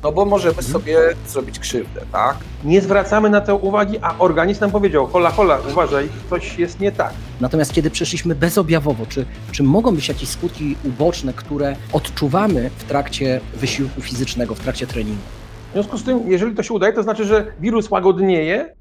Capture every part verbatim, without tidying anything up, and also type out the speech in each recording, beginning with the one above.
No bo możemy sobie zrobić krzywdę, tak? Nie zwracamy na to uwagi, a organizm nam powiedział, hola, hola, uważaj, coś jest nie tak. Natomiast kiedy przeszliśmy bezobjawowo, czy, czy mogą być jakieś skutki uboczne, które odczuwamy w trakcie wysiłku fizycznego, w trakcie treningu? W związku z tym, jeżeli to się udaje, to znaczy, że wirus łagodnieje.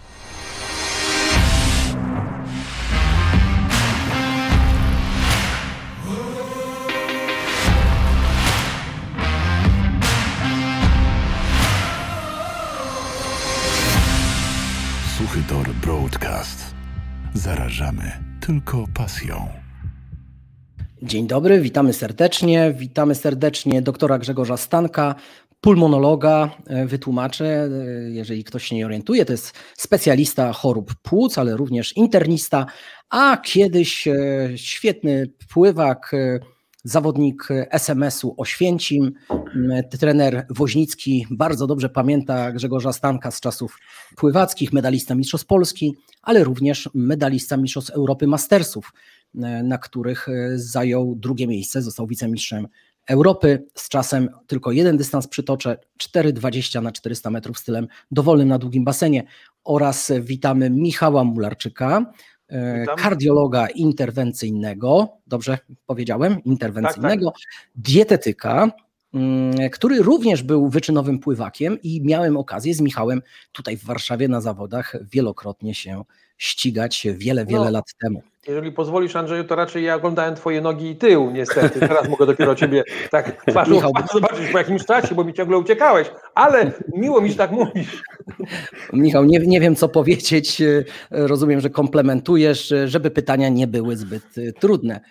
Suchytor Broadcast. Zarażamy tylko pasją. Dzień dobry, witamy serdecznie. Witamy serdecznie doktora Grzegorza Stanka, pulmonologa, wytłumaczę, jeżeli ktoś się nie orientuje, to jest specjalista chorób płuc, ale również internista, a kiedyś świetny pływak, zawodnik es em esu Oświęcim, trener Woźnicki, bardzo dobrze pamięta Grzegorza Stanka z czasów pływackich, medalista Mistrzostw Polski, ale również medalista Mistrzostw Europy Mastersów, na których zajął drugie miejsce, został wicemistrzem Europy z czasem tylko jeden dystans przytoczę, cztery dwadzieścia na czterysta metrów stylem dowolnym na długim basenie, oraz witamy Michała Mularczyka, Witam. Kardiologa interwencyjnego, dobrze powiedziałem, interwencyjnego, tak, tak. Dietetyka, który również był wyczynowym pływakiem i miałem okazję z Michałem tutaj w Warszawie na zawodach wielokrotnie się ścigać wiele, wiele no, lat temu. Jeżeli pozwolisz, Andrzeju, to raczej ja oglądałem twoje nogi i tył, niestety. Teraz mogę dopiero ciebie tak twarzą Michał, zobaczyć po jakimś czasie, bo mi ciągle uciekałeś, ale miło mi, że tak mówisz. Michał, nie, nie wiem co powiedzieć, rozumiem, że komplementujesz, żeby pytania nie były zbyt trudne.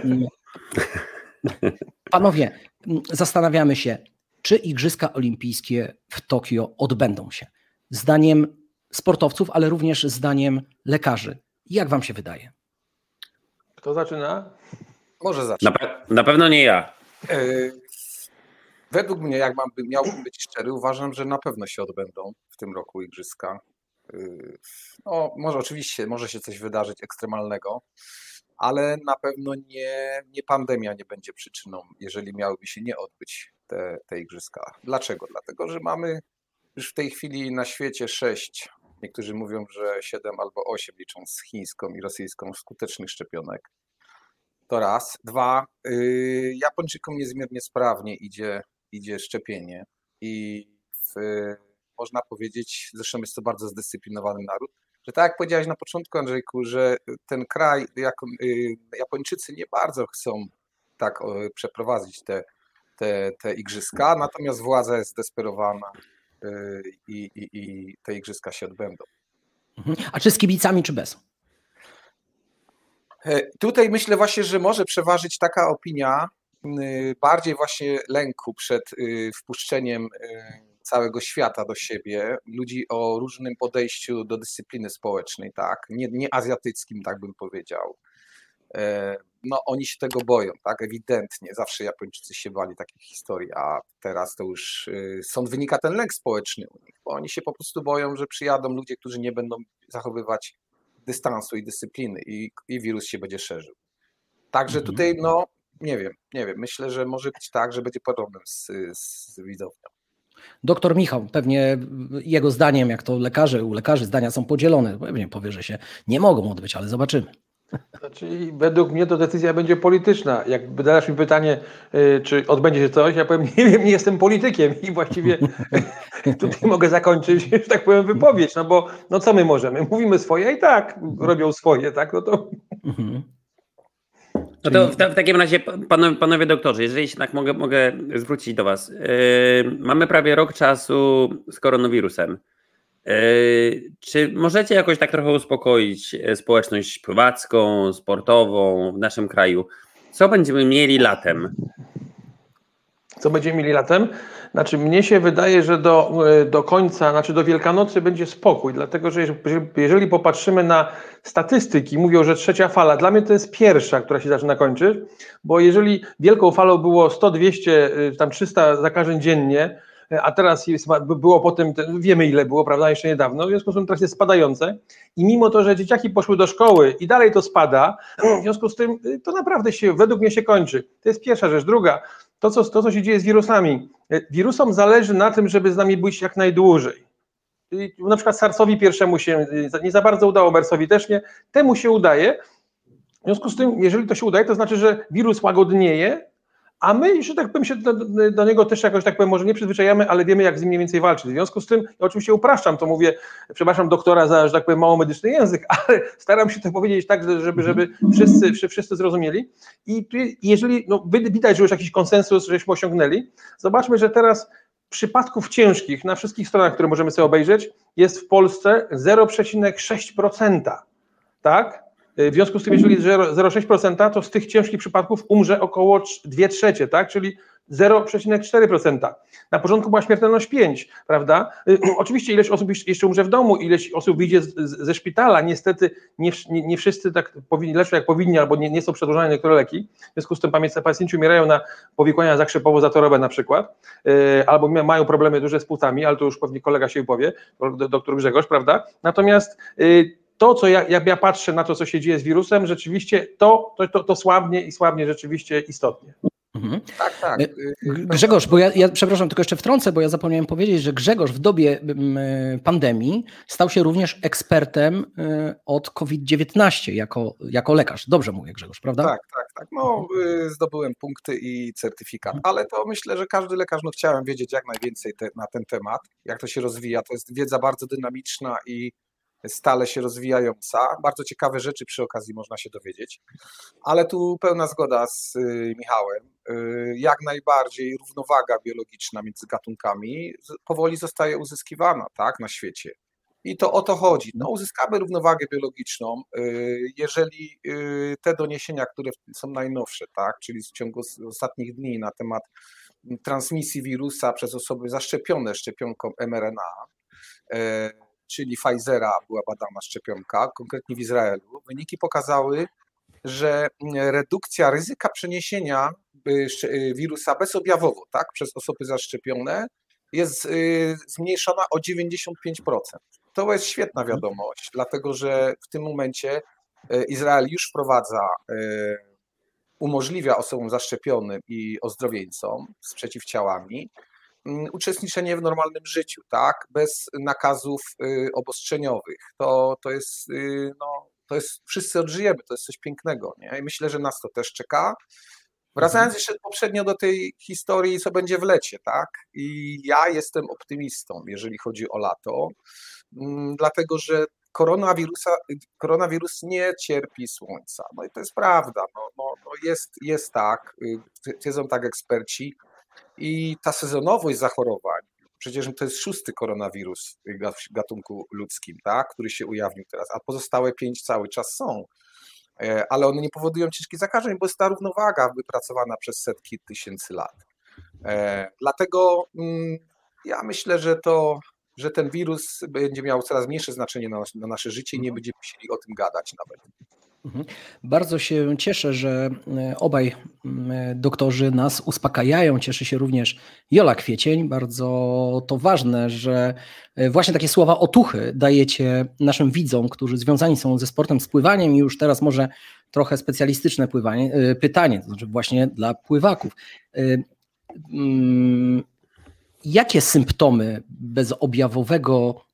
Panowie, zastanawiamy się, czy Igrzyska Olimpijskie w Tokio odbędą się? Zdaniem sportowców, ale również zdaniem lekarzy. Jak wam się wydaje? Kto zaczyna? Może zacznę. Na, pe- na pewno nie ja. Yy, według mnie, jak mam, miałbym być szczery, uważam, że na pewno się odbędą w tym roku Igrzyska. Yy, no, może oczywiście, może się coś wydarzyć ekstremalnego, ale na pewno nie, nie pandemia nie będzie przyczyną, jeżeli miałyby się nie odbyć te, te Igrzyska. Dlaczego? Dlatego, że mamy już w tej chwili na świecie sześć, niektórzy mówią, że siedem albo osiem, licząc chińską i rosyjską, skutecznych szczepionek. To raz. Dwa, yy, Japończykom niezmiernie sprawnie idzie, idzie szczepienie i w, można powiedzieć, zresztą jest to bardzo zdyscyplinowany naród, że tak jak powiedziałeś na początku, Andrzejku, że ten kraj, jak, yy, Japończycy nie bardzo chcą tak yy, przeprowadzić te, te, te igrzyska, natomiast władza jest zdesperowana yy, i, i, i te igrzyska się odbędą. A czy z kibicami, czy bez? Tutaj myślę właśnie, że może przeważyć taka opinia bardziej właśnie lęku przed wpuszczeniem całego świata do siebie, ludzi o różnym podejściu do dyscypliny społecznej, tak, nie, nie azjatyckim, tak bym powiedział. No oni się tego boją, tak, ewidentnie, zawsze Japończycy się bali takich historii, a teraz to już stąd wynika ten lęk społeczny u nich, bo oni się po prostu boją, że przyjadą ludzie, którzy nie będą zachowywać dystansu i dyscypliny i, i wirus się będzie szerzył. Także tutaj, no nie wiem, nie wiem, myślę, że może być tak, że będzie problem z, z widownią. Doktor Michał, pewnie jego zdaniem, jak to lekarze, u lekarzy zdania są podzielone, pewnie powie, że się nie mogą odbyć, ale zobaczymy. Znaczy, według mnie to decyzja będzie polityczna. Jak zadasz mi pytanie, czy odbędzie się coś, ja powiem, nie wiem, nie jestem politykiem i właściwie tutaj mogę zakończyć, że tak powiem, wypowiedź, no bo no co my możemy? Mówimy swoje i tak robią swoje, tak? No to... No to w, ta, w takim razie, panowie, panowie doktorzy, jeżeli się tak mogę, mogę zwrócić do was. Yy, mamy prawie rok czasu z koronawirusem. Yy, czy możecie jakoś tak trochę uspokoić społeczność pływacką, sportową w naszym kraju? Co będziemy mieli latem? Co będziemy mieli latem? Znaczy mnie się wydaje, że do, do końca, znaczy do Wielkanocy będzie spokój, dlatego że jeżeli popatrzymy na statystyki, mówią, że trzecia fala, dla mnie to jest pierwsza, która się zaczyna kończyć, bo jeżeli wielką falą było sto, dwieście, tam trzysta zakażeń dziennie, a teraz jest, było potem, wiemy ile było, prawda, jeszcze niedawno, w związku z tym teraz jest spadające i mimo to, że dzieciaki poszły do szkoły i dalej to spada, w związku z tym to naprawdę się, według mnie się kończy. To jest pierwsza rzecz. Druga, to co, to, co się dzieje z wirusami. Wirusom zależy na tym, żeby z nami być jak najdłużej. Na przykład SARS-owi pierwszemu się nie za bardzo udało, MERS-owi też nie, temu się udaje. W związku z tym, jeżeli to się udaje, to znaczy, że wirus łagodnieje, a my, że tak powiem, się do, do niego też jakoś, tak powiem, może nie przyzwyczajamy, ale wiemy, jak z nim mniej więcej walczyć. W związku z tym, ja oczywiście upraszczam, to mówię, przepraszam doktora za, że tak powiem, mało medyczny język, ale staram się to powiedzieć tak, żeby, żeby wszyscy, wszyscy zrozumieli. I tu, jeżeli, no, widać, że już jakiś konsensus żeśmy osiągnęli, zobaczmy, że teraz przypadków ciężkich na wszystkich stronach, które możemy sobie obejrzeć, jest w Polsce zero przecinek sześć procent, tak? W związku z tym, jeżeli zero przecinek sześć procent, to z tych ciężkich przypadków umrze około dwie trzecie, tak? Czyli zero przecinek cztery procent. Na początku była śmiertelność pięć procent, prawda? Oczywiście ileś osób jeszcze umrze w domu, ileś osób wyjdzie z, z, ze szpitala, niestety nie, nie, nie wszyscy tak powinni, leczą jak powinni, albo nie, nie są przedłużane niektóre leki, w związku z tym pacjenci umierają na powikłania zakrzepowo-zatorowe na przykład, yy, albo mają problemy duże z płucami, ale to już pewnie kolega się wypowie, doktor Grzegorz, prawda? Natomiast yy, to, co ja, jak ja patrzę na to, co się dzieje z wirusem, rzeczywiście to, to, to, to słabnie i słabnie rzeczywiście istotnie. Mhm. Tak, tak. Grzegorz, bo ja, ja przepraszam, tylko jeszcze wtrącę, bo ja zapomniałem powiedzieć, że Grzegorz w dobie pandemii stał się również ekspertem od COVID dziewiętnaście jako, jako lekarz. Dobrze mówię, Grzegorz, prawda? Tak, tak, tak. No, zdobyłem punkty i certyfikat, ale to myślę, że każdy lekarz, no chciałem wiedzieć jak najwięcej te, na ten temat, jak to się rozwija. To jest wiedza bardzo dynamiczna i stale się rozwijająca. Bardzo ciekawe rzeczy przy okazji można się dowiedzieć, ale tu pełna zgoda z y, Michałem. Y, jak najbardziej równowaga biologiczna między gatunkami powoli zostaje uzyskiwana, tak, na świecie. I to o to chodzi. No, uzyskamy równowagę biologiczną, y, jeżeli y, te doniesienia, które są najnowsze, tak, czyli w ciągu ostatnich dni na temat transmisji wirusa przez osoby zaszczepione szczepionką em er en a, y, czyli Pfizera była badana szczepionka, konkretnie w Izraelu, wyniki pokazały, że redukcja ryzyka przeniesienia wirusa bezobjawowo, tak, przez osoby zaszczepione jest zmniejszona o dziewięćdziesiąt pięć procent. To jest świetna wiadomość, dlatego że w tym momencie Izrael już wprowadza, umożliwia osobom zaszczepionym i ozdrowieńcom z przeciwciałami uczestniczenie w normalnym życiu, tak, bez nakazów y, obostrzeniowych. To, to jest, y, no, to jest, wszyscy odżyjemy, to jest coś pięknego, nie? I myślę, że nas to też czeka. Wracając jeszcze poprzednio do tej historii, co będzie w lecie, tak, i ja jestem optymistą, jeżeli chodzi o lato, m, dlatego, że koronawirusa, koronawirus nie cierpi słońca, no i to jest prawda, no, no, no jest, jest tak, y, twierdzą tak eksperci. I ta sezonowość zachorowań, przecież to jest szósty koronawirus w gatunku ludzkim, tak, który się ujawnił teraz, a pozostałe pięć cały czas są, ale one nie powodują ciężkich zakażeń, bo jest ta równowaga wypracowana przez setki tysięcy lat. Dlatego ja myślę, że to, że ten wirus będzie miał coraz mniejsze znaczenie na, na nasze życie i nie będziemy musieli o tym gadać nawet. Bardzo się cieszę, że obaj doktorzy nas uspokajają. Cieszy się również Jola Kwiecień. Bardzo to ważne, że właśnie takie słowa otuchy dajecie naszym widzom, którzy związani są ze sportem, z pływaniem i już teraz może trochę specjalistyczne pływanie, pytanie, to znaczy właśnie dla pływaków. Jakie symptomy bezobjawowego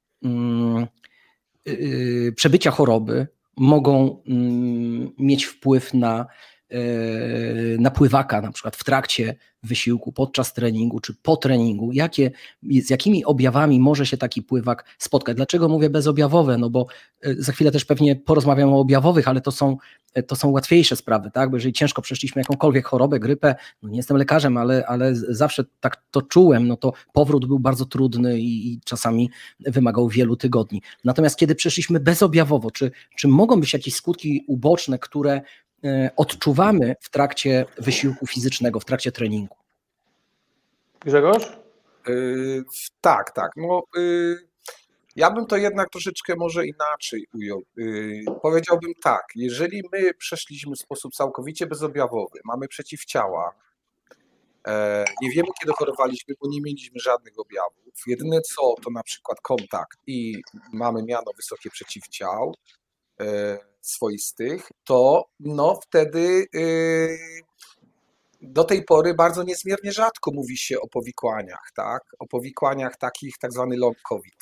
przebycia choroby mogą mieć wpływ na, na pływaka, na przykład w trakcie wysiłku, podczas treningu czy po treningu? Jakie, z jakimi objawami może się taki pływak spotkać? Dlaczego mówię bezobjawowe? No bo za chwilę też pewnie porozmawiam o objawowych, ale to są, to są łatwiejsze sprawy, tak? Bo jeżeli ciężko przeszliśmy jakąkolwiek chorobę, grypę, no nie jestem lekarzem, ale, ale zawsze tak to czułem, no to powrót był bardzo trudny i, i czasami wymagał wielu tygodni. Natomiast kiedy przeszliśmy bezobjawowo, czy, czy mogą być jakieś skutki uboczne, które odczuwamy w trakcie wysiłku fizycznego, w trakcie treningu? Grzegorz? Yy, tak, tak. No, yy, ja bym to jednak troszeczkę może inaczej ujął. Yy, powiedziałbym tak, jeżeli my przeszliśmy w sposób całkowicie bezobjawowy, mamy przeciwciała, e, nie wiemy kiedy chorowaliśmy, bo nie mieliśmy żadnych objawów, jedyne co to na przykład kontakt i mamy miano wysokie przeciwciał, swoistych, to no wtedy yy, do tej pory bardzo niezmiernie rzadko mówi się o powikłaniach, tak? O powikłaniach takich tak zwany long COVID,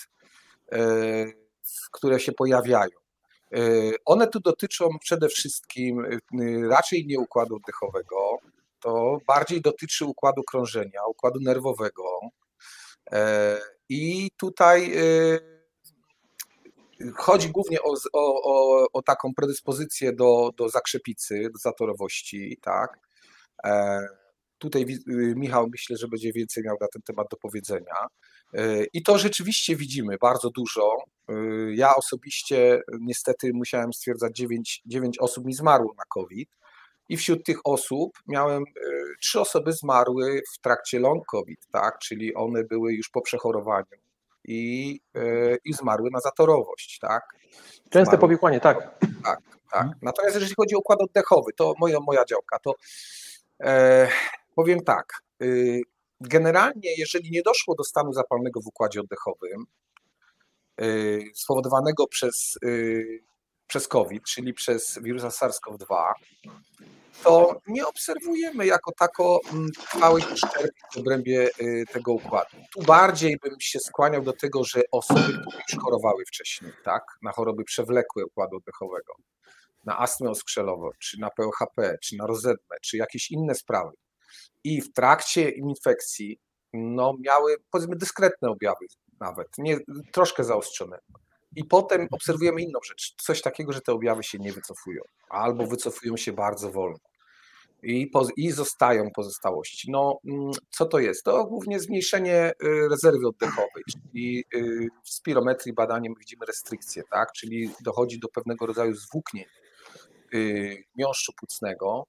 które się pojawiają. One tu dotyczą przede wszystkim raczej nie układu oddechowego, to bardziej dotyczy układu krążenia, układu nerwowego i tutaj chodzi głównie o, o, o taką predyspozycję do, do zakrzepicy, do zatorowości, tak. Tutaj Michał myślę, że będzie więcej miał na ten temat do powiedzenia. I to rzeczywiście widzimy bardzo dużo. Ja osobiście niestety musiałem stwierdzać, dziewięć, dziewięć osób mi zmarło na COVID i wśród tych osób miałem trzy osoby zmarły w trakcie long COVID, tak, czyli one były już po przechorowaniu i, i zmarły na zatorowość, tak. Częste Zmarły. powikłanie, tak. Tak, tak. Natomiast jeżeli chodzi o układ oddechowy, to moja, moja działka, to e, powiem tak, y, generalnie jeżeli nie doszło do stanu zapalnego w układzie oddechowym y, spowodowanego przez, y, przez COVID, czyli przez wirusa SARS-CoV dwa, to nie obserwujemy jako tako trwałej uszczerbki w obrębie y, tego układu. Tu bardziej bym się skłaniał do tego, że osoby, które już chorowały wcześniej, tak, na choroby przewlekłe układu oddechowego, na astmę oskrzelową, czy na P O H P, czy na rozetmę, czy jakieś inne sprawy i w trakcie infekcji no, miały, powiedzmy, dyskretne objawy nawet, nie, troszkę zaostrzone. I potem obserwujemy inną rzecz, coś takiego, że te objawy się nie wycofują, albo wycofują się bardzo wolno i, poz, i zostają pozostałości. No, co to jest? To głównie zmniejszenie rezerwy oddechowej, czyli w spirometrii badaniem widzimy restrykcję, tak? Czyli dochodzi do pewnego rodzaju zwłóknień miąższu płucnego.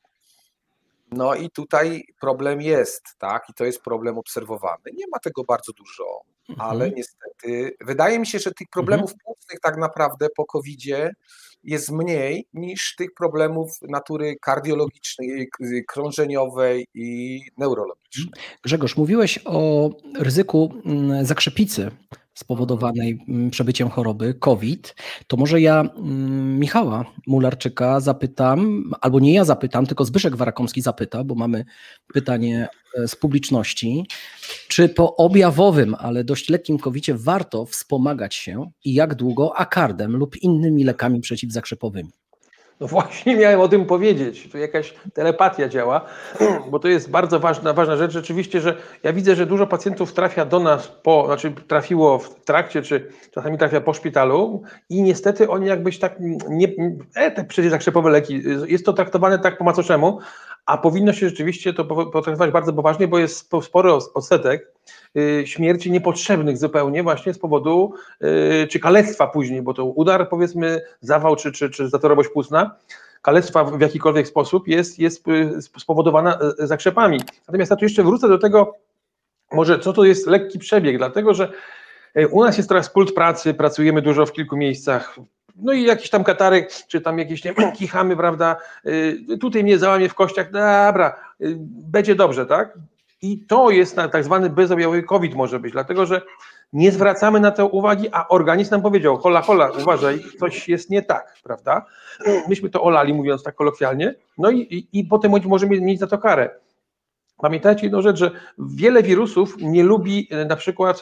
No i tutaj problem jest, tak? I to jest problem obserwowany. Nie ma tego bardzo dużo, mhm. ale niestety wydaje mi się, że tych problemów mhm. płucnych tak naprawdę po kowidzie jest mniej niż tych problemów natury kardiologicznej, krążeniowej i neurologicznej. Grzegorz, mówiłeś o ryzyku zakrzepicy spowodowanej przebyciem choroby COVID, to może ja Michała Mularczyka zapytam, albo nie ja zapytam, tylko Zbyszek Warakomski zapyta, bo mamy pytanie z publiczności, czy po objawowym, ale dość lekkim kowidzie warto wspomagać się i jak długo akardem lub innymi lekami przeciwzakrzepowymi? No właśnie miałem o tym powiedzieć, tu jakaś telepatia działa, bo to jest bardzo ważna, ważna rzecz. Rzeczywiście, że ja widzę, że dużo pacjentów trafia do nas, po, znaczy trafiło w trakcie, czy czasami trafia po szpitalu i niestety oni jakbyś tak, nie, e, te przeciwzakrzepowe leki, jest to traktowane tak po macoszemu, a powinno się rzeczywiście to potraktować bardzo poważnie, bo jest spory odsetek śmierci niepotrzebnych zupełnie właśnie z powodu, czy kalectwa później, bo to udar, powiedzmy, zawał, czy, czy, czy zatorowość płucna, kalectwa w jakikolwiek sposób jest, jest spowodowana zakrzepami. Natomiast ja tu jeszcze wrócę do tego, może co to jest lekki przebieg, dlatego że u nas jest teraz kult pracy, pracujemy dużo w kilku miejscach, no i jakiś tam katarek, czy tam jakieś nie, kichamy, prawda, tutaj mnie załamie w kościach, dobra, będzie dobrze, tak? I to jest tak zwany bezobjawowy COVID może być, dlatego że nie zwracamy na to uwagi, a organizm nam powiedział, hola, hola, uważaj, coś jest nie tak, prawda? Myśmy to olali, mówiąc tak kolokwialnie, no i, i, i potem możemy mieć za to karę. Pamiętajcie jedną rzecz, że wiele wirusów nie lubi na przykład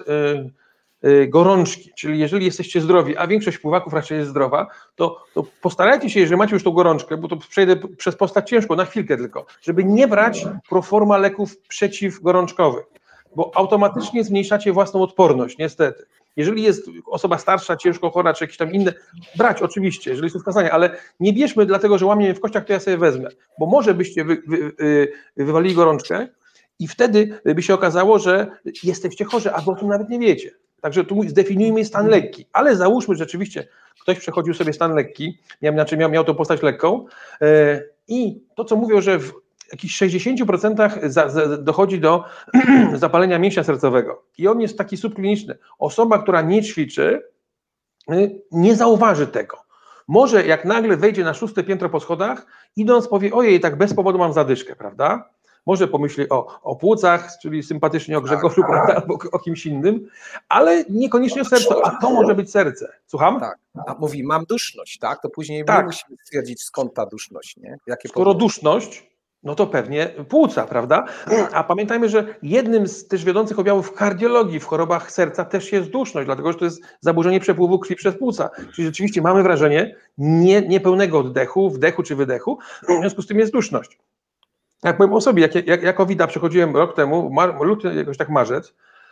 y, gorączki, czyli jeżeli jesteście zdrowi, a większość pływaków raczej jest zdrowa, to, to postarajcie się, jeżeli macie już tą gorączkę, bo to przejdę przez postać ciężko, na chwilkę tylko, żeby nie brać proforma leków przeciwgorączkowych, bo automatycznie zmniejszacie własną odporność, niestety. Jeżeli jest osoba starsza, ciężko chora, czy jakieś tam inne, brać oczywiście, jeżeli są wskazania, ale nie bierzmy dlatego, że łamie mnie w kościach, to ja sobie wezmę, bo może byście wy, wy, wy, wywalili gorączkę i wtedy by się okazało, że jesteście chorzy, albo o tym nawet nie wiecie. Także tu zdefiniujmy stan lekki, ale załóżmy, że rzeczywiście ktoś przechodził sobie stan lekki, miał, znaczy miał, miał tą postać lekką yy, i to, co mówią, że w jakichś sześćdziesięciu procentach za, za, dochodzi do zapalenia mięśnia sercowego i on jest taki subkliniczny. Osoba, która nie ćwiczy, yy, nie zauważy tego. Może jak nagle wejdzie na szóste piętro po schodach, idąc powie, ojej, tak bez powodu mam zadyszkę, prawda? Może pomyśli o, o płucach, czyli sympatycznie o Grzegorzu, tak, prawda, albo o kimś innym, ale niekoniecznie o sercu, a to może być serce. Słucham? Tak, a mówi, mam duszność, tak? To później tak. my musimy stwierdzić, skąd ta duszność, nie? Jakie Skoro powody? duszność, No to pewnie płuca, prawda? A pamiętajmy, że jednym z też wiodących objawów w kardiologii, w chorobach serca też jest duszność, dlatego że to jest zaburzenie przepływu krwi przez płuca. Czyli rzeczywiście mamy wrażenie nie, niepełnego oddechu, wdechu czy wydechu, w związku z tym jest duszność. Jak powiem o sobie, jak, jak, jako COVID przechodziłem rok temu, mar, luty, jakoś tak marzec,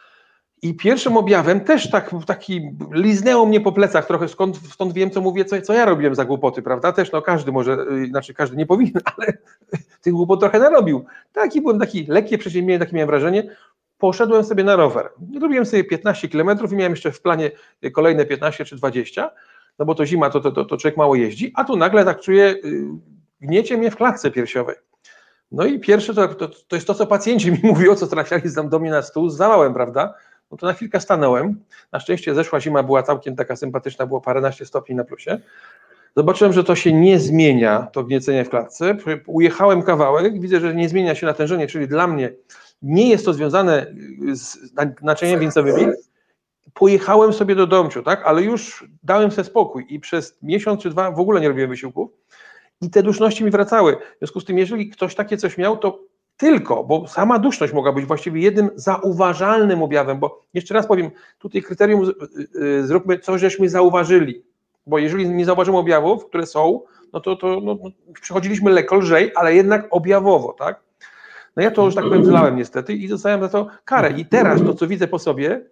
i pierwszym objawem też tak, taki liznęło mnie po plecach trochę, skąd, stąd wiem, co mówię, co, co ja robiłem za głupoty, prawda? Też no każdy może, znaczy każdy nie powinien, ale tych głupot trochę narobił. Taki byłem, taki lekkie przeziębienie, takie miałem wrażenie. Poszedłem sobie na rower. Robiłem sobie piętnaście kilometrów i miałem jeszcze w planie kolejne piętnaście czy dwadzieścia, no bo to zima, to, to, to, to człowiek mało jeździ, a tu nagle tak czuję, gniecie mnie w klatce piersiowej. No i pierwsze to, to, to jest to, co pacjenci mi mówią, co trafiali do mnie na stół z zawałem, prawda? No to na chwilkę stanąłem. Na szczęście zeszła zima była całkiem taka sympatyczna, było paręnaście stopni na plusie. Zobaczyłem, że to się nie zmienia, to gniecenie w klatce. Ujechałem kawałek, widzę, że nie zmienia się natężenie, czyli dla mnie nie jest to związane z naczyniami wieńcowymi. Pojechałem sobie do domciu, tak? Ale już dałem sobie spokój i przez miesiąc czy dwa w ogóle nie robiłem wysiłków i te duszności mi wracały. W związku z tym, jeżeli ktoś takie coś miał, to tylko, bo sama duszność mogła być właściwie jednym zauważalnym objawem, bo jeszcze raz powiem, tutaj kryterium zróbmy coś, żeśmy zauważyli, bo jeżeli nie zauważymy objawów, które są, no to, to no, przechodziliśmy lekko, lżej, ale jednak objawowo, tak? No ja to już tak powiem zlałem niestety i dostałem za to karę i teraz to, co widzę po sobie,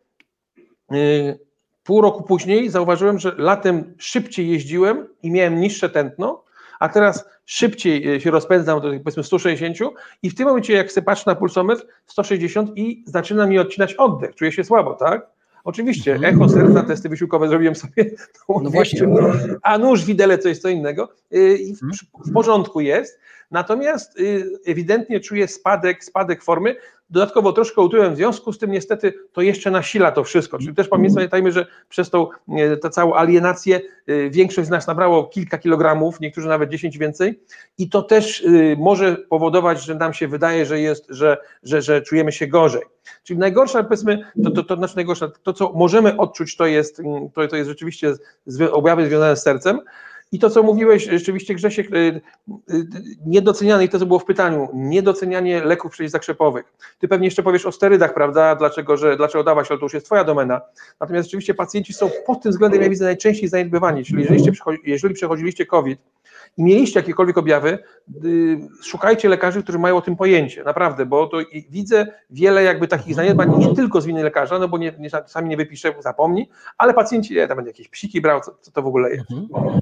yy, pół roku później zauważyłem, że latem szybciej jeździłem i miałem niższe tętno, a teraz szybciej się rozpędzam do powiedzmy sto sześćdziesiąt i w tym momencie jak chcę patrzeć na pulsometr sto sześćdziesiąt i zaczyna mi odcinać oddech, czuję się słabo, tak? Oczywiście echo serca, testy wysiłkowe zrobiłem sobie, no, no właśnie, a nóż, widelec to jest co innego i w, w porządku jest, natomiast ewidentnie czuję spadek, spadek formy, dodatkowo troszkę utyłem, w związku z tym niestety to jeszcze nasila to wszystko, czyli też pamiętajmy, że przez tą tę całą alienację większość z nas nabrało kilka kilogramów, niektórzy nawet dziesięć więcej i to też może powodować, że nam się wydaje, że jest, że, że, że czujemy się gorzej. Czyli najgorsza, powiedzmy, to, to, to znaczy najgorsza, to co możemy odczuć, to jest, to, to jest rzeczywiście objawy związane z sercem. I to, co mówiłeś, rzeczywiście Grzesiek, niedoceniane, i to, co było w pytaniu, niedocenianie leków przeciwzakrzepowych. Ty pewnie jeszcze powiesz o sterydach, prawda, dlaczego, że, dlaczego dawać, ale to już jest twoja domena. Natomiast rzeczywiście pacjenci są pod tym względem, ja widzę, najczęściej zaniedbywani, czyli jeżeli, jeżeli przechodziliście COVID i mieliście jakiekolwiek objawy, yy, szukajcie lekarzy, którzy mają o tym pojęcie, naprawdę, bo to widzę wiele jakby takich zaniedbań, nie tylko z winy lekarza, no bo nie, nie, sami nie wypiszę, zapomni, ale pacjenci, ja tam będę jakieś psiki brał, co, co to w ogóle jest. Mhm.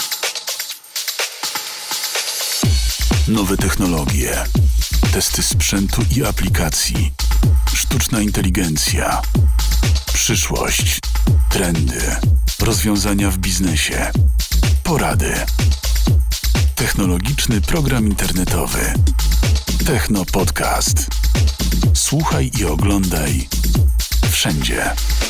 Nowe technologie, testy sprzętu i aplikacji, sztuczna inteligencja, przyszłość, trendy, rozwiązania w biznesie, porady. Technologiczny program internetowy. Techno Podcast. Słuchaj i oglądaj wszędzie.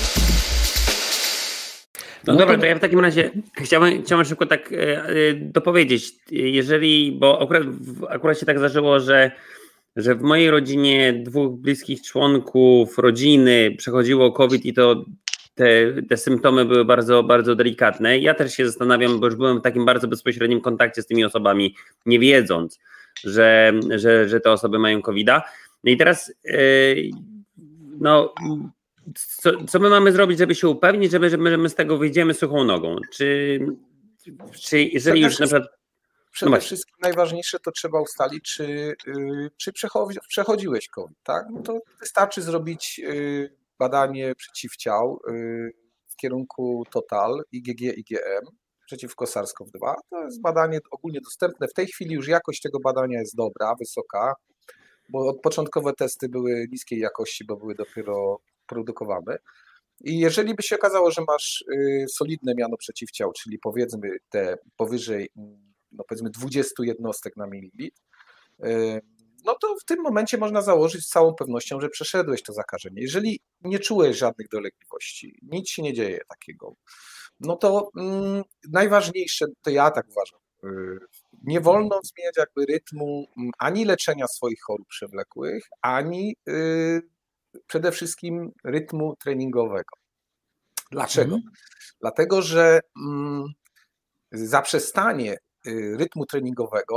No, no dobra, to... to ja w takim razie chciałem, chciałem szybko tak e, dopowiedzieć, jeżeli, bo akurat, akurat się tak zdarzyło, że, że w mojej rodzinie dwóch bliskich członków rodziny przechodziło COVID i to te, te symptomy były bardzo, bardzo delikatne. Ja też się zastanawiam, bo już byłem w takim bardzo bezpośrednim kontakcie z tymi osobami, nie wiedząc, że, że, że te osoby mają kowida. No i teraz e, no Co, co my mamy zrobić, żeby się upewnić, żeby, żeby my z tego wyjdziemy suchą nogą? Czy, czy jeżeli już na przykład... Przede no wszystkim najważniejsze to trzeba ustalić, czy, yy, czy przechodzi, przechodziłeś COVID, tak? No to wystarczy zrobić yy, badanie przeciwciał yy, w kierunku Total, I G G, I G M, przeciwko SARS-CoV dwa. To jest badanie ogólnie dostępne. W tej chwili już jakość tego badania jest dobra, wysoka, bo początkowe testy były niskiej jakości, bo były dopiero produkowane. I jeżeli by się okazało, że masz solidne miano przeciwciał, czyli powiedzmy te powyżej no powiedzmy dwudziestu jednostek na mililitr, no to w tym momencie można założyć z całą pewnością, że przeszedłeś to zakażenie. Jeżeli nie czułeś żadnych dolegliwości, nic się nie dzieje takiego, no to mm, najważniejsze, to ja tak uważam, nie wolno zmieniać jakby rytmu ani leczenia swoich chorób przewlekłych, ani yy, przede wszystkim rytmu treningowego. Dlaczego? Mm. Dlatego, że mm, zaprzestanie rytmu treningowego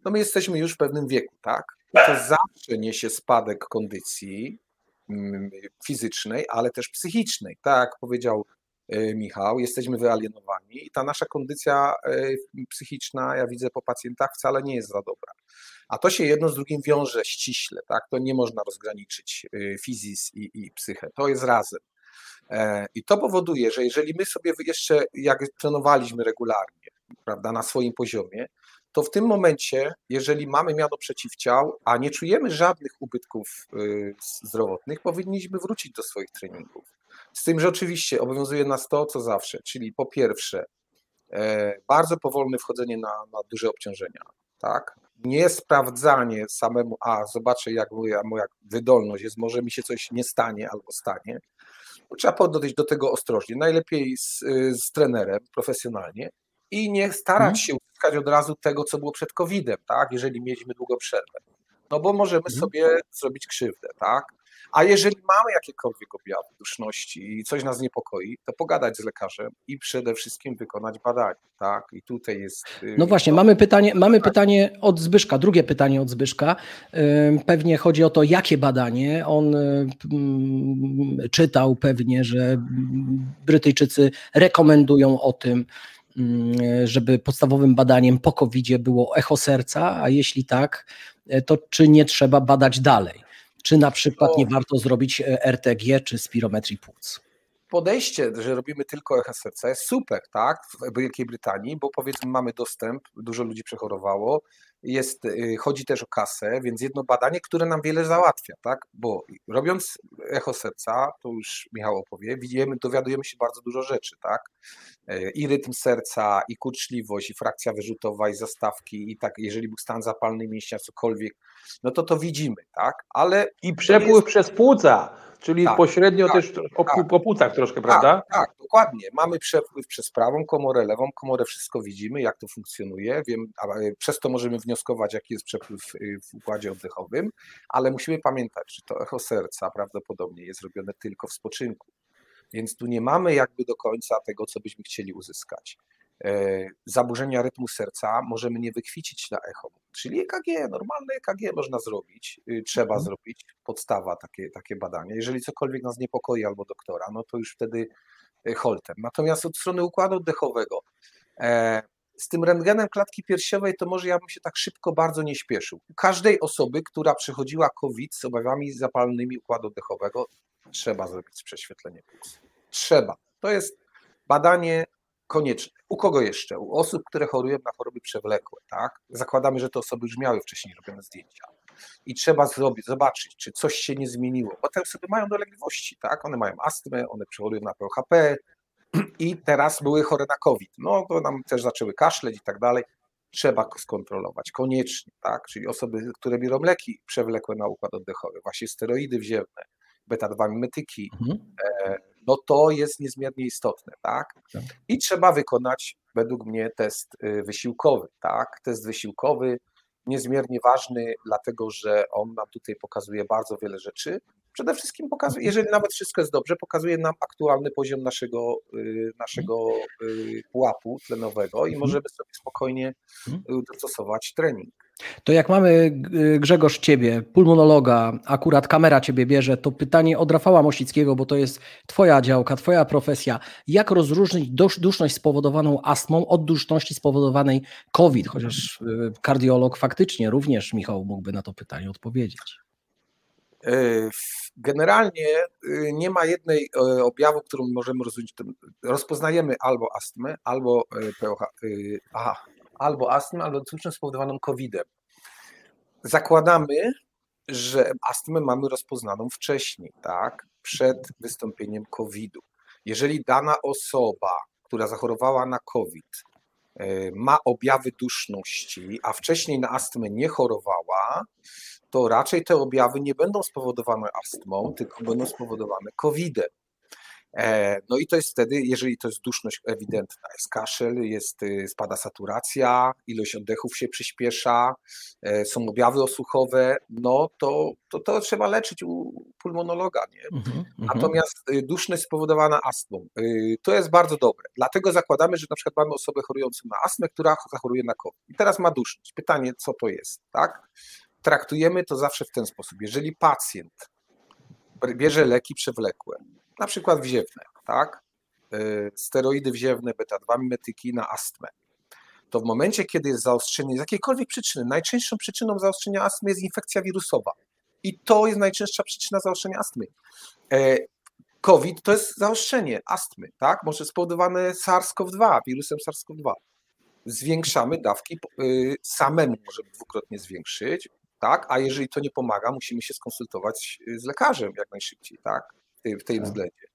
no my jesteśmy już w pewnym wieku, tak? To zawsze niesie spadek kondycji fizycznej, ale też psychicznej. Tak jak powiedział Michał, jesteśmy wyalienowani i ta nasza kondycja psychiczna, ja widzę po pacjentach, wcale nie jest za dobra. A to się jedno z drugim wiąże ściśle, tak? To nie można rozgraniczyć fizis i, i psychę, to jest razem. I to powoduje, że jeżeli my sobie jeszcze, jak trenowaliśmy regularnie, prawda, na swoim poziomie, to w tym momencie, jeżeli mamy miano przeciwciał, a nie czujemy żadnych ubytków zdrowotnych, powinniśmy wrócić do swoich treningów. Z tym, że oczywiście obowiązuje nas to, co zawsze, czyli po pierwsze bardzo powolne wchodzenie na, na duże obciążenia, tak? Nie sprawdzanie samemu, a zobaczę jak moja, moja wydolność jest, może mi się coś nie stanie albo stanie. Trzeba podejść do tego ostrożnie, najlepiej z, z trenerem profesjonalnie i nie starać hmm. się uzyskać od razu tego, co było przed kowidem, tak? Jeżeli mieliśmy długą przerwę. No bo możemy hmm. sobie zrobić krzywdę, tak? A jeżeli mamy jakiekolwiek objawy duszności i coś nas niepokoi, to pogadać z lekarzem i przede wszystkim wykonać badanie, tak? I tutaj jest... No właśnie, to... mamy pytanie, mamy pytanie od Zbyszka, drugie pytanie od Zbyszka. Pewnie chodzi o to, jakie badanie. On czytał pewnie, że Brytyjczycy rekomendują o tym, żeby podstawowym badaniem po kowidzie było echo serca, a jeśli tak, to czy nie trzeba badać dalej? Czy na przykład nie warto zrobić R T G czy spirometrii płuc? Podejście, że robimy tylko echo serca jest super, tak, w Wielkiej Brytanii, bo powiedzmy mamy dostęp, dużo ludzi przechorowało, jest, chodzi też o kasę, więc jedno badanie, które nam wiele załatwia, tak, bo robiąc echo serca, to już Michał opowie, widzimy, dowiadujemy się bardzo dużo rzeczy, tak, i rytm serca, i kurczliwość, i frakcja wyrzutowa, i zastawki, i tak, jeżeli był stan zapalny mięśnia, cokolwiek, no to to widzimy, tak, ale... I przepływ jest... przez płuca, czyli tak, pośrednio tak, też o, tak, po płucach troszkę, tak, prawda? Tak, dokładnie. Mamy przepływ przez prawą komorę, lewą komorę, wszystko widzimy, jak to funkcjonuje. Wiem, a przez to możemy wnioskować, jaki jest przepływ w układzie oddechowym, ale musimy pamiętać, że to echo serca prawdopodobnie jest robione tylko w spoczynku. Więc tu nie mamy jakby do końca tego, co byśmy chcieli uzyskać. Zaburzenia rytmu serca możemy nie wykwicić na echo, czyli E K G, normalne E K G można zrobić, trzeba hmm. zrobić, podstawa takie, takie badania. Jeżeli cokolwiek nas niepokoi albo doktora, no to już wtedy holtem. Natomiast od strony układu oddechowego, z tym rentgenem klatki piersiowej, to może ja bym się tak szybko bardzo nie śpieszył. U każdej osoby, która przechodziła COVID z objawami zapalnymi układu oddechowego, trzeba zrobić prześwietlenie płuc. Trzeba. To jest badanie konieczne. U kogo jeszcze? U osób, które chorują na choroby przewlekłe, tak? Zakładamy, że te osoby już miały wcześniej robione zdjęcia. I trzeba zrobić, zobaczyć, czy coś się nie zmieniło, bo te osoby mają dolegliwości, tak? One mają astmę, one przechorują na P H P i teraz były chore na COVID. No to nam też zaczęły kaszleć i tak dalej. Trzeba skontrolować, koniecznie, tak? Czyli osoby, które biorą leki przewlekłe na układ oddechowy, właśnie steroidy wziewne, beta dwa mimetyki, mhm. e, no to jest niezmiernie istotne, tak? tak? I trzeba wykonać według mnie test wysiłkowy, tak? Test wysiłkowy, niezmiernie ważny, dlatego że on nam tutaj pokazuje bardzo wiele rzeczy. Przede wszystkim pokazuje, jeżeli nawet wszystko jest dobrze, pokazuje nam aktualny poziom naszego, naszego pułapu tlenowego i możemy sobie spokojnie dostosować trening. To jak mamy, Grzegorz, ciebie, pulmonologa, akurat kamera ciebie bierze, to pytanie od Rafała Mościckiego, bo to jest twoja działka, twoja profesja. Jak rozróżnić duszność spowodowaną astmą od duszności spowodowanej COVID? Chociaż kardiolog faktycznie również, Michał, mógłby na to pytanie odpowiedzieć. Generalnie nie ma jednej objawu, którą możemy rozróżnić. Rozpoznajemy albo astmę, albo P O H, aha, albo astmę, albo duszność spowodowaną kowidem. Zakładamy, że astmę mamy rozpoznaną wcześniej, tak, przed wystąpieniem kowidu. Jeżeli dana osoba, która zachorowała na COVID, ma objawy duszności, a wcześniej na astmę nie chorowała, to raczej te objawy nie będą spowodowane astmą, tylko będą spowodowane kowidem. No i to jest wtedy, jeżeli to jest duszność ewidentna, jest kaszel, jest, spada saturacja, ilość oddechów się przyspiesza, są objawy osłuchowe, no to, to, to trzeba leczyć u pulmonologa, nie? Mhm, Natomiast duszność spowodowana astmą, to jest bardzo dobre. Dlatego zakładamy, że na przykład mamy osobę chorującą na astmę, która zachoruje na COVID. I teraz ma duszność. Pytanie, co to jest, tak? Traktujemy to zawsze w ten sposób. Jeżeli pacjent bierze leki przewlekłe, na przykład wziewne, tak? Steroidy wziewne, beta dwa mimetyki na astmę, to w momencie, kiedy jest zaostrzenie z jakiejkolwiek przyczyny, najczęstszą przyczyną zaostrzenia astmy jest infekcja wirusowa. I to jest najczęstsza przyczyna zaostrzenia astmy. COVID to jest zaostrzenie astmy, tak? Może spowodowane SARS-CoV dwa, wirusem SARS-CoV dwa. Zwiększamy dawki, samemu możemy dwukrotnie zwiększyć, tak? A jeżeli to nie pomaga, musimy się skonsultować z lekarzem jak najszybciej, tak? W tej, w tej tak. względzie.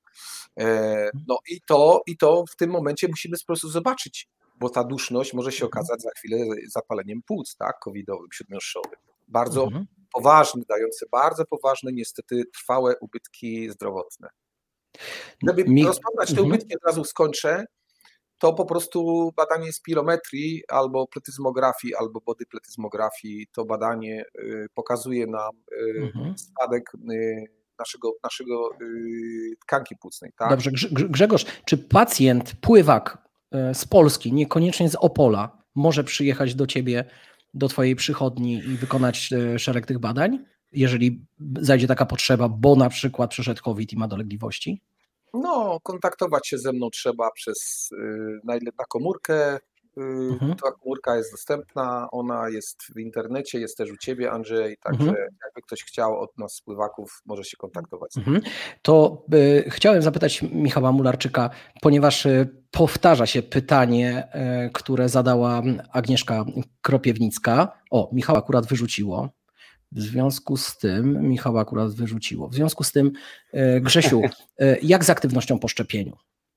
No i to, i to w tym momencie musimy po prostu zobaczyć, bo ta duszność może się okazać za chwilę zapaleniem płuc, tak? covidowym, siódmioszowym. Bardzo mhm. poważny, dający bardzo poważne, niestety trwałe ubytki zdrowotne. Żeby Mi... rozpoznać te ubytki, od razu skończę, to po prostu badanie spirometrii albo pletyzmografii, albo body pletyzmografii, to badanie y, pokazuje nam y, mhm. spadek y, naszego, naszego y, tkanki płucnej. Tak? Dobrze, Grzegorz, czy pacjent, pływak z Polski, niekoniecznie z Opola, może przyjechać do ciebie, do twojej przychodni i wykonać szereg tych badań, jeżeli zajdzie taka potrzeba, bo na przykład przeszedł COVID i ma dolegliwości? No, kontaktować się ze mną trzeba przez na, na komórkę. Mhm. Ta komórka jest dostępna, ona jest w internecie, jest też u ciebie, Andrzej, także mhm. jakby ktoś chciał od nas pływaków, może się kontaktować. Mhm. To y, chciałem zapytać Michała Mularczyka, ponieważ y, powtarza się pytanie, y, które zadała Agnieszka Kropiewnicka. O, Michał akurat wyrzuciło. W związku z tym, Michał akurat wyrzuciło. W związku z tym, Grzesiu, jak z aktywnością po szczepieniu?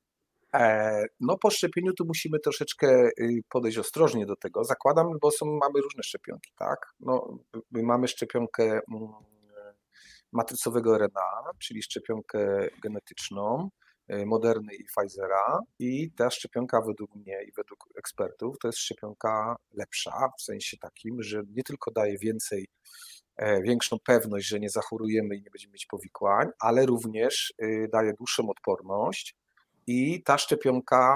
No po szczepieniu tu musimy troszeczkę podejść ostrożnie do tego. Zakładam, bo są, mamy różne szczepionki, tak? No, mamy szczepionkę matrycowego R N A, czyli szczepionkę genetyczną Moderny i Pfizera i ta szczepionka według mnie i według ekspertów to jest szczepionka lepsza, w sensie takim, że nie tylko daje więcej większą pewność, że nie zachorujemy i nie będziemy mieć powikłań, ale również daje dłuższą odporność i ta szczepionka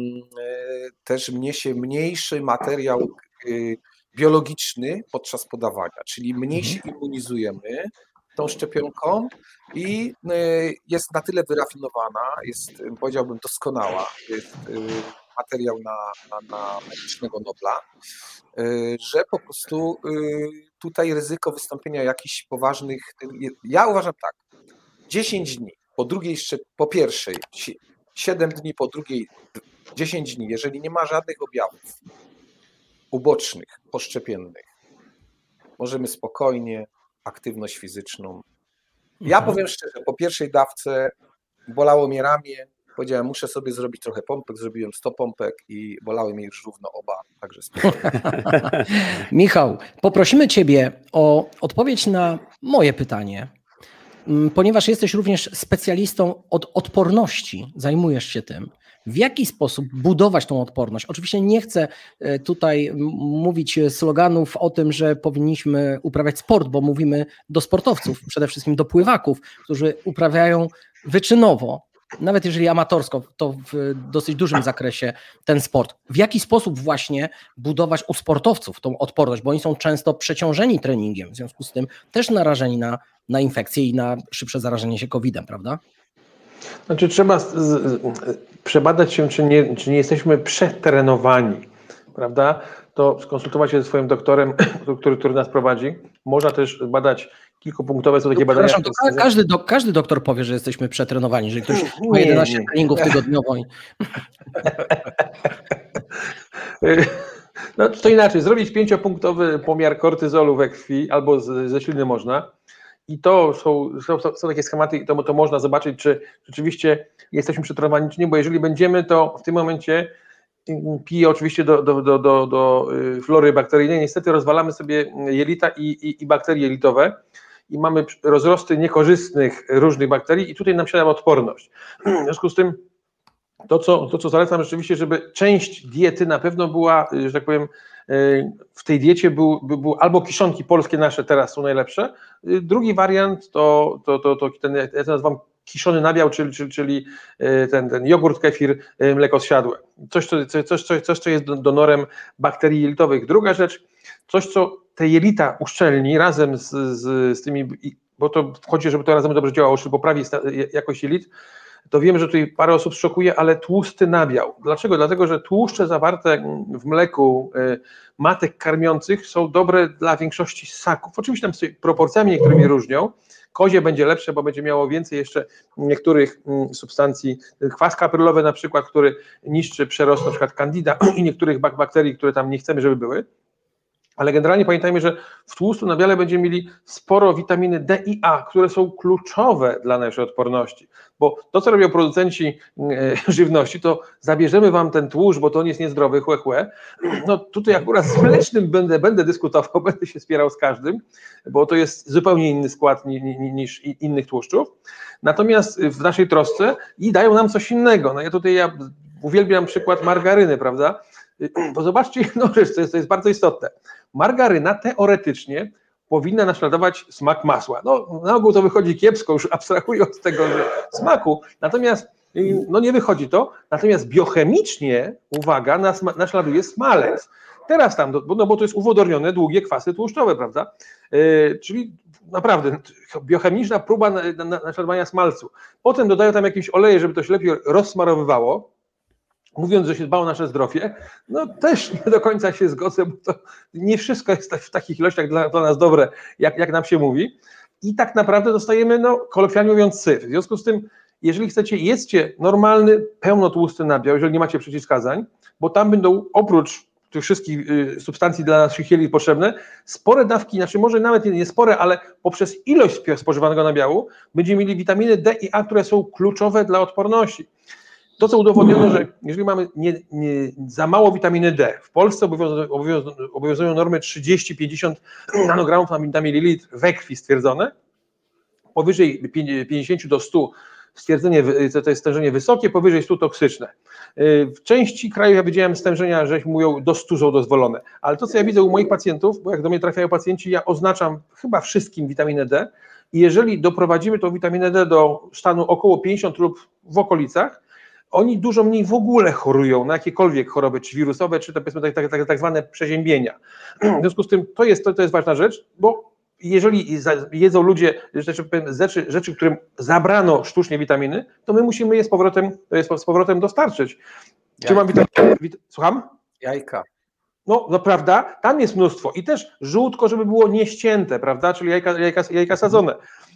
też niesie mniejszy materiał biologiczny podczas podawania, czyli mniej się immunizujemy tą szczepionką i jest na tyle wyrafinowana, jest, powiedziałbym, doskonała, jest materiał na, na, na medycznego Nobla, że po prostu tutaj ryzyko wystąpienia jakichś poważnych, ja uważam tak, dziesięć dni po drugiej, po pierwszej, siedem dni po drugiej, dziesięć dni, jeżeli nie ma żadnych objawów ubocznych, poszczepiennych, możemy spokojnie, aktywność fizyczną. Ja mhm. powiem szczerze, po pierwszej dawce bolało mnie ramię, powiedziałem, muszę sobie zrobić trochę pompek, zrobiłem sto pompek i bolały mnie już równo oba, także spokojnie. Michał, poprosimy Ciebie o odpowiedź na moje pytanie, ponieważ jesteś również specjalistą od odporności, zajmujesz się tym. W jaki sposób budować tą odporność? Oczywiście nie chcę tutaj mówić sloganów o tym, że powinniśmy uprawiać sport, bo mówimy do sportowców, przede wszystkim do pływaków, którzy uprawiają wyczynowo, nawet jeżeli amatorsko, to w dosyć dużym zakresie ten sport. W jaki sposób właśnie budować u sportowców tą odporność, bo oni są często przeciążeni treningiem, w związku z tym też narażeni na, na infekcje i na szybsze zarażenie się kowidem, prawda? Znaczy trzeba z, z, przebadać się, czy nie, czy nie jesteśmy przetrenowani, prawda? To skonsultować się ze swoim doktorem, który, który nas prowadzi. Można też badać kilkupunktowe, są takie badania. To każdy, do, każdy doktor powie, że jesteśmy przetrenowani, jeżeli ktoś ma jedenaście treningów tygodniowo. I... No to inaczej, zrobić pięciopunktowy pomiar kortyzolu we krwi albo z, ze śliny można. I to są, są, są takie schematy, to, to można zobaczyć, czy rzeczywiście jesteśmy przetrenowani, czy nie, bo jeżeli będziemy, to w tym momencie piję oczywiście do, do, do, do, do flory bakteryjnej, niestety rozwalamy sobie jelita i, i, i bakterie jelitowe i mamy rozrosty niekorzystnych różnych bakterii i tutaj nam siada odporność. W związku z tym to co, to, co zalecam rzeczywiście, żeby część diety na pewno była, że tak powiem, w tej diecie był, był albo kiszonki polskie nasze teraz są najlepsze. Drugi wariant to, to, to, to ten, ja to nazywam kiszony nabiał, czyli, czyli, czyli ten, ten jogurt, kefir, mleko zsiadłe. Coś, co, coś, coś, coś, co jest donorem bakterii jelitowych. Druga rzecz, coś, co te jelita uszczelni razem z, z, z tymi, bo to wchodzi, żeby to razem dobrze działało, żeby poprawić jakość jelit, to wiem, że tutaj parę osób szokuje, ale tłusty nabiał. Dlaczego? Dlatego, że tłuszcze zawarte w mleku matek karmiących są dobre dla większości ssaków. Oczywiście tam sobie proporcjami niektórymi różnią. Kozie będzie lepsze, bo będzie miało więcej jeszcze niektórych substancji, kwas kaprylowy na przykład, który niszczy przerost na przykład candida i niektórych bak- bakterii, które tam nie chcemy, żeby były. Ale generalnie pamiętajmy, że w tłuszczu nabiale będziemy mieli sporo witaminy D i A, które są kluczowe dla naszej odporności, bo to, co robią producenci e, żywności, to zabierzemy wam ten tłuszcz, bo to on jest niezdrowy, chłe, chłe. No tutaj akurat z mlecznym będę, będę dyskutował, będę się spierał z każdym, bo to jest zupełnie inny skład ni, ni, niż innych tłuszczów. Natomiast w naszej trosce i dają nam coś innego. No ja tutaj ja uwielbiam przykład margaryny, prawda? Bo zobaczcie jedną rzecz, to jest, to jest bardzo istotne. Margaryna teoretycznie powinna naśladować smak masła. No, na ogół to wychodzi kiepsko, już abstrahuję od tego, że smaku, natomiast no nie wychodzi to, natomiast biochemicznie, uwaga, nas, naśladuje smalec. Teraz tam, no bo to jest uwodornione długie kwasy tłuszczowe, prawda? Yy, czyli naprawdę biochemiczna próba na, na, naśladowania smalcu. Potem dodają tam jakieś oleje, żeby to się lepiej rozsmarowywało. Mówiąc, że się dba o nasze zdrowie, no też nie do końca się zgodzę, bo to nie wszystko jest w takich ilościach dla, dla nas dobre, jak, jak nam się mówi. I tak naprawdę dostajemy, no kolokwialnie mówiąc, syf. W związku z tym, jeżeli chcecie, jedzcie normalny, pełnotłusty nabiał, jeżeli nie macie przeciwwskazań, bo tam będą oprócz tych wszystkich y, substancji dla naszych jelit potrzebne, spore dawki, znaczy może nawet nie spore, ale poprzez ilość spożywanego nabiału będziemy mieli witaminy D i A, które są kluczowe dla odporności. To, co udowodniono, że jeżeli mamy nie, nie, za mało witaminy D, w Polsce obowiązują, obowiązują normy trzydzieści do pięćdziesięciu nanogramów na mililitr we krwi stwierdzone, powyżej pięćdziesiąt do stu stwierdzenie, to jest stężenie wysokie, powyżej stu toksyczne. W części krajów ja widziałem stężenia, że mówią do stu są dozwolone, ale to, co ja widzę u moich pacjentów, bo jak do mnie trafiają pacjenci, ja oznaczam chyba wszystkim witaminę D i jeżeli doprowadzimy tą witaminę D do stanu około pięćdziesiąt lub w okolicach, oni dużo mniej w ogóle chorują na jakiekolwiek choroby, czy wirusowe, czy to powiedzmy tak, tak, tak, tak zwane przeziębienia. W związku z tym to jest, to, to jest ważna rzecz, bo jeżeli jedzą ludzie rzeczy, rzeczy, rzeczy, którym zabrano sztucznie witaminy, to my musimy je z powrotem, je z powrotem dostarczyć. Czy mam witaminę? Wit- Słucham? Jajka. No, no prawda, tam jest mnóstwo i też żółtko, żeby było nieścięte, prawda, czyli jajka, jajka, jajka sadzone.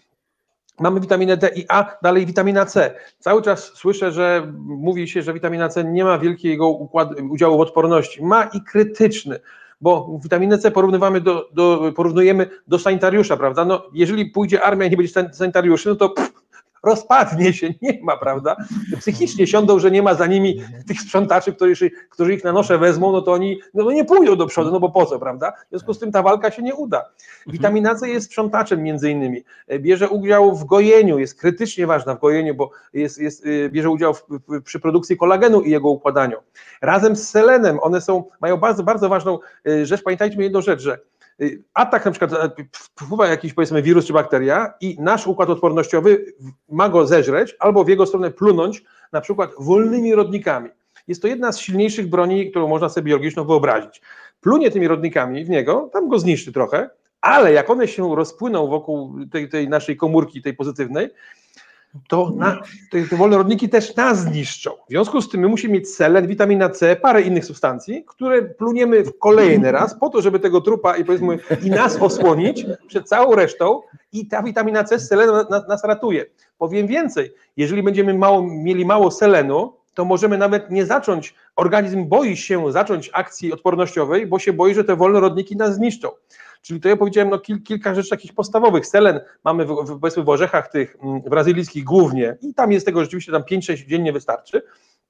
Mamy witaminę D i A, dalej witamina C. Cały czas słyszę, że mówi się, że witamina C nie ma wielkiego układu, udziału w odporności. Ma i krytyczny, bo witaminę C porównywamy do, do, porównujemy do sanitariusza, prawda? No, jeżeli pójdzie armia i nie będzie sanitariuszy, no to pff, rozpadnie się, nie ma, prawda? Psychicznie siądą, że nie ma za nimi tych sprzątaczy, którzy, którzy ich na nosze wezmą, no to oni no nie pójdą do przodu, no bo po co, prawda? W związku z tym ta walka się nie uda. Witamina C jest sprzątaczem między innymi, bierze udział w gojeniu, jest krytycznie ważna w gojeniu, bo jest, jest, bierze udział w, w, przy produkcji kolagenu i jego układaniu. Razem z selenem, one są, mają bardzo, bardzo ważną rzecz, pamiętajmy jedną rzecz, że atak na przykład wpływa jakiś powiedzmy wirus czy bakteria i nasz układ odpornościowy ma go zeżreć albo w jego stronę plunąć na przykład wolnymi rodnikami. Jest to jedna z silniejszych broni, którą można sobie biologiczną wyobrazić. Plunie tymi rodnikami w niego, tam go zniszczy trochę, ale jak one się rozpłyną wokół tej, tej naszej komórki, tej pozytywnej, to na, te, te wolne rodniki też nas zniszczą. W związku z tym my musimy mieć selen, witamina C, parę innych substancji, które pluniemy w kolejny raz po to, żeby tego trupa i powiedzmy i nas osłonić przed całą resztą i ta witamina C z selenem nas, nas ratuje. Powiem więcej, jeżeli będziemy mało, mieli mało selenu, to możemy nawet nie zacząć, organizm boi się zacząć akcji odpornościowej, bo się boi, że te wolne rodniki nas zniszczą. Czyli to ja powiedziałem no, kil, kilka rzeczy takich podstawowych. Selen mamy w, w, powiedzmy w orzechach tych brazylijskich głównie i tam jest tego rzeczywiście tam pięć sześć dziennie wystarczy.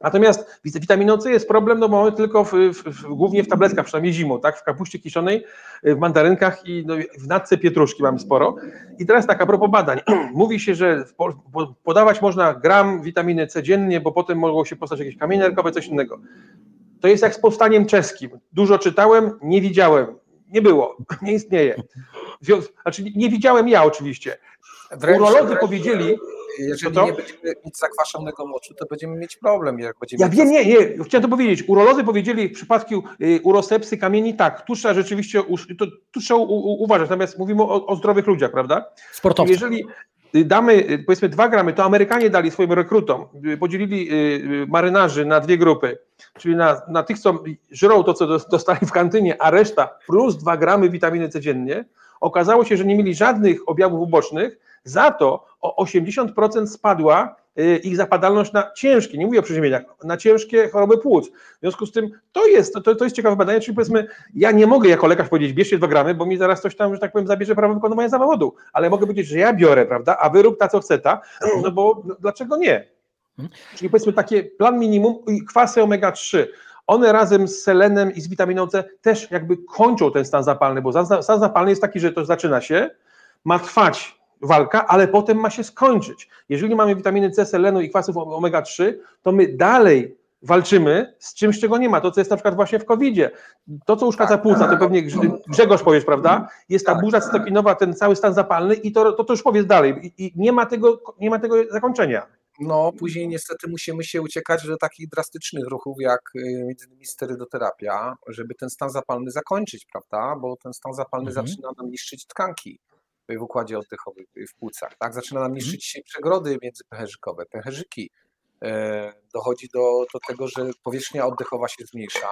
Natomiast witaminą C jest problem, no bo mamy tylko w, w, w, głównie w tabletkach, przynajmniej zimą, tak? W kapuście kiszonej, w mandarynkach i no, w natce pietruszki mamy sporo. I teraz tak, a propos badań. Mówi się, że po, po, podawać można gram witaminy C dziennie, bo potem mogą się powstać jakieś kamienie nerkowe, coś innego. To jest jak z powstaniem czeskim. Dużo czytałem, nie widziałem. Nie było, nie istnieje. Znaczy nie widziałem ja oczywiście. Wręcz, Urolodzy wręcz, powiedzieli... Jeżeli to? nie będziemy mieć zakwaszonego moczu, to będziemy mieć problem. Jak będziemy Ja mieć wiem, nie, nie, chciałem to powiedzieć. Urolodzy powiedzieli w przypadku y, urosepsy kamieni tak, tu trzeba rzeczywiście, to, tu trzeba u, u, uważać, natomiast mówimy o, o zdrowych ludziach, prawda? Sportowcy. Jeżeli damy, powiedzmy, dwa gramy, to Amerykanie dali swoim rekrutom, podzielili y, marynarzy na dwie grupy, czyli na, na tych, co żrą to, co dostali w kantynie, a reszta plus dwa gramy witaminy C dziennie. Okazało się, że nie mieli żadnych objawów ubocznych, za to o osiemdziesiąt procent spadła ich zapadalność na ciężkie, nie mówię o przeziębieniach, na ciężkie choroby płuc. W związku z tym to jest, to, to jest ciekawe badanie, czyli powiedzmy, ja nie mogę jako lekarz powiedzieć, bierzcie dwa gramy, bo mi zaraz coś tam, że tak powiem, zabierze prawo wykonywania zawodu, ale mogę powiedzieć, że ja biorę, prawda, a wy rób ta, co chce ta, no bo no, dlaczego nie? Czyli powiedzmy takie plan minimum i kwasy omega trzy. One razem z selenem i z witaminą C też jakby kończą ten stan zapalny, bo stan zapalny jest taki, że to zaczyna się, ma trwać walka, ale potem ma się skończyć. Jeżeli mamy witaminy C, selenu i kwasów omega trzy, to my dalej walczymy z czymś, czego nie ma. To, co jest na przykład właśnie w kowidzie. To, co uszkadza płuca, to pewnie Grzegorz powiesz, prawda? Jest ta burza cytokinowa, ten cały stan zapalny i to, to, to już powiedz dalej. I, i nie ma tego, nie ma tego zakończenia. No, później niestety musimy się uciekać do takich drastycznych ruchów, jak między innymi sterydoterapia, żeby ten stan zapalny zakończyć, prawda? Bo ten stan zapalny mhm. zaczyna nam niszczyć tkanki w układzie oddechowym, w płucach, tak? Zaczyna nam niszczyć się przegrody międzypęcherzykowe, pęcherzyki. E, dochodzi do, do tego, że powierzchnia oddechowa się zmniejsza.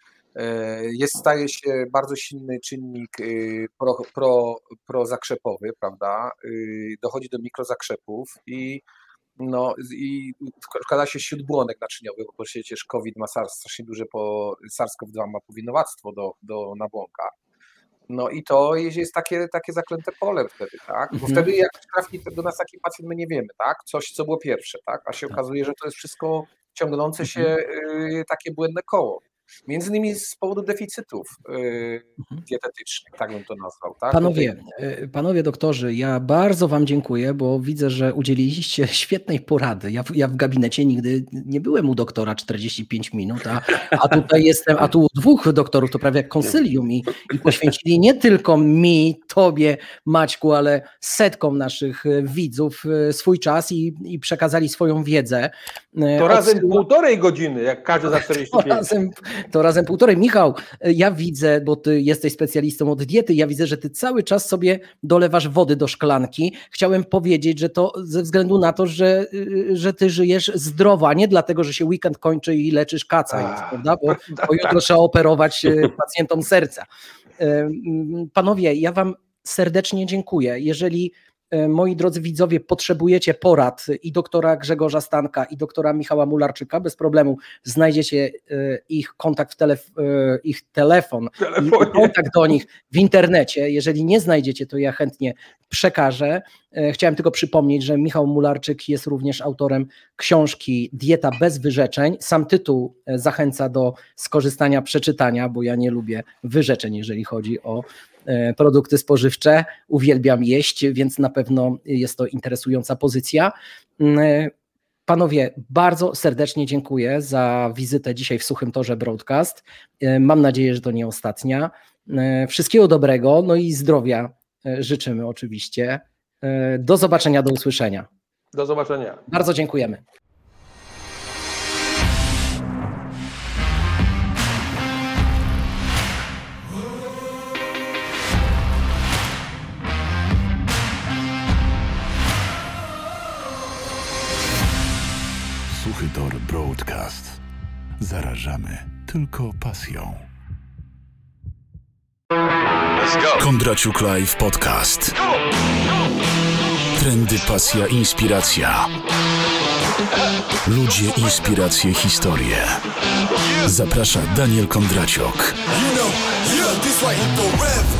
E, jest, staje się bardzo silny czynnik pro, pro, prozakrzepowy, prawda? E, dochodzi do mikrozakrzepów i no i składa się śródbłonek naczyniowy, bo przecież COVID ma strasznie duże, po SARS-CoV dwa ma powinowactwo do, do nabłonka. No i to jest takie, takie zaklęte pole wtedy, tak? Bo mhm. wtedy jak trafi do nas taki pacjent, my nie wiemy, tak? Coś, co było pierwsze, tak? A się okazuje, że to jest wszystko ciągnące się y, takie błędne koło. Między innymi z powodu deficytów y, dietetycznych, tak bym to nazwał. Tak? Panowie, Tutaj... panowie doktorzy, ja bardzo wam dziękuję, bo widzę, że udzieliliście świetnej porady. Ja w, ja w gabinecie nigdy nie byłem u doktora czterdzieści pięć minut, a, a tutaj jestem, a tu u dwóch doktorów, to prawie jak konsylium i, i poświęcili nie tylko mi, tobie, Maćku, ale setkom naszych widzów swój czas i, i przekazali swoją wiedzę. To Od... razem półtorej godziny, jak każdy za czterdzieści pięć. To razem, to razem półtorej. Michał, ja widzę, bo ty jesteś specjalistą od diety, ja widzę, że ty cały czas sobie dolewasz wody do szklanki. Chciałem powiedzieć, że to ze względu na to, że, że ty żyjesz zdrowo, a nie dlatego, że się weekend kończy i leczysz kaca, już, prawda? Bo, bo jutro trzeba operować pacjentom serca. Panowie, ja wam serdecznie dziękuję. Jeżeli moi drodzy widzowie, potrzebujecie porad i doktora Grzegorza Stanka i doktora Michała Mularczyka, bez problemu znajdziecie ich kontakt, w telef- ich telefon i kontakt do nich w internecie. Jeżeli nie znajdziecie, to ja chętnie przekażę. Chciałem tylko przypomnieć, że Michał Mularczyk jest również autorem książki Dieta bez wyrzeczeń. Sam tytuł zachęca do skorzystania, przeczytania, bo ja nie lubię wyrzeczeń, jeżeli chodzi o produkty spożywcze, uwielbiam jeść, więc na pewno jest to interesująca pozycja. Panowie, bardzo serdecznie dziękuję za wizytę dzisiaj w Suchym Torze Broadcast. Mam nadzieję, że to nie ostatnia. Wszystkiego dobrego, no i zdrowia życzymy oczywiście. Do zobaczenia, do usłyszenia. Do zobaczenia. Bardzo dziękujemy. Suchy Tor Broadcast. Zarażamy tylko pasją. Kondraciuk Live Podcast. Trendy, pasja, inspiracja. Ludzie, inspiracje, historie. Zaprasza Daniel Kondraciuk.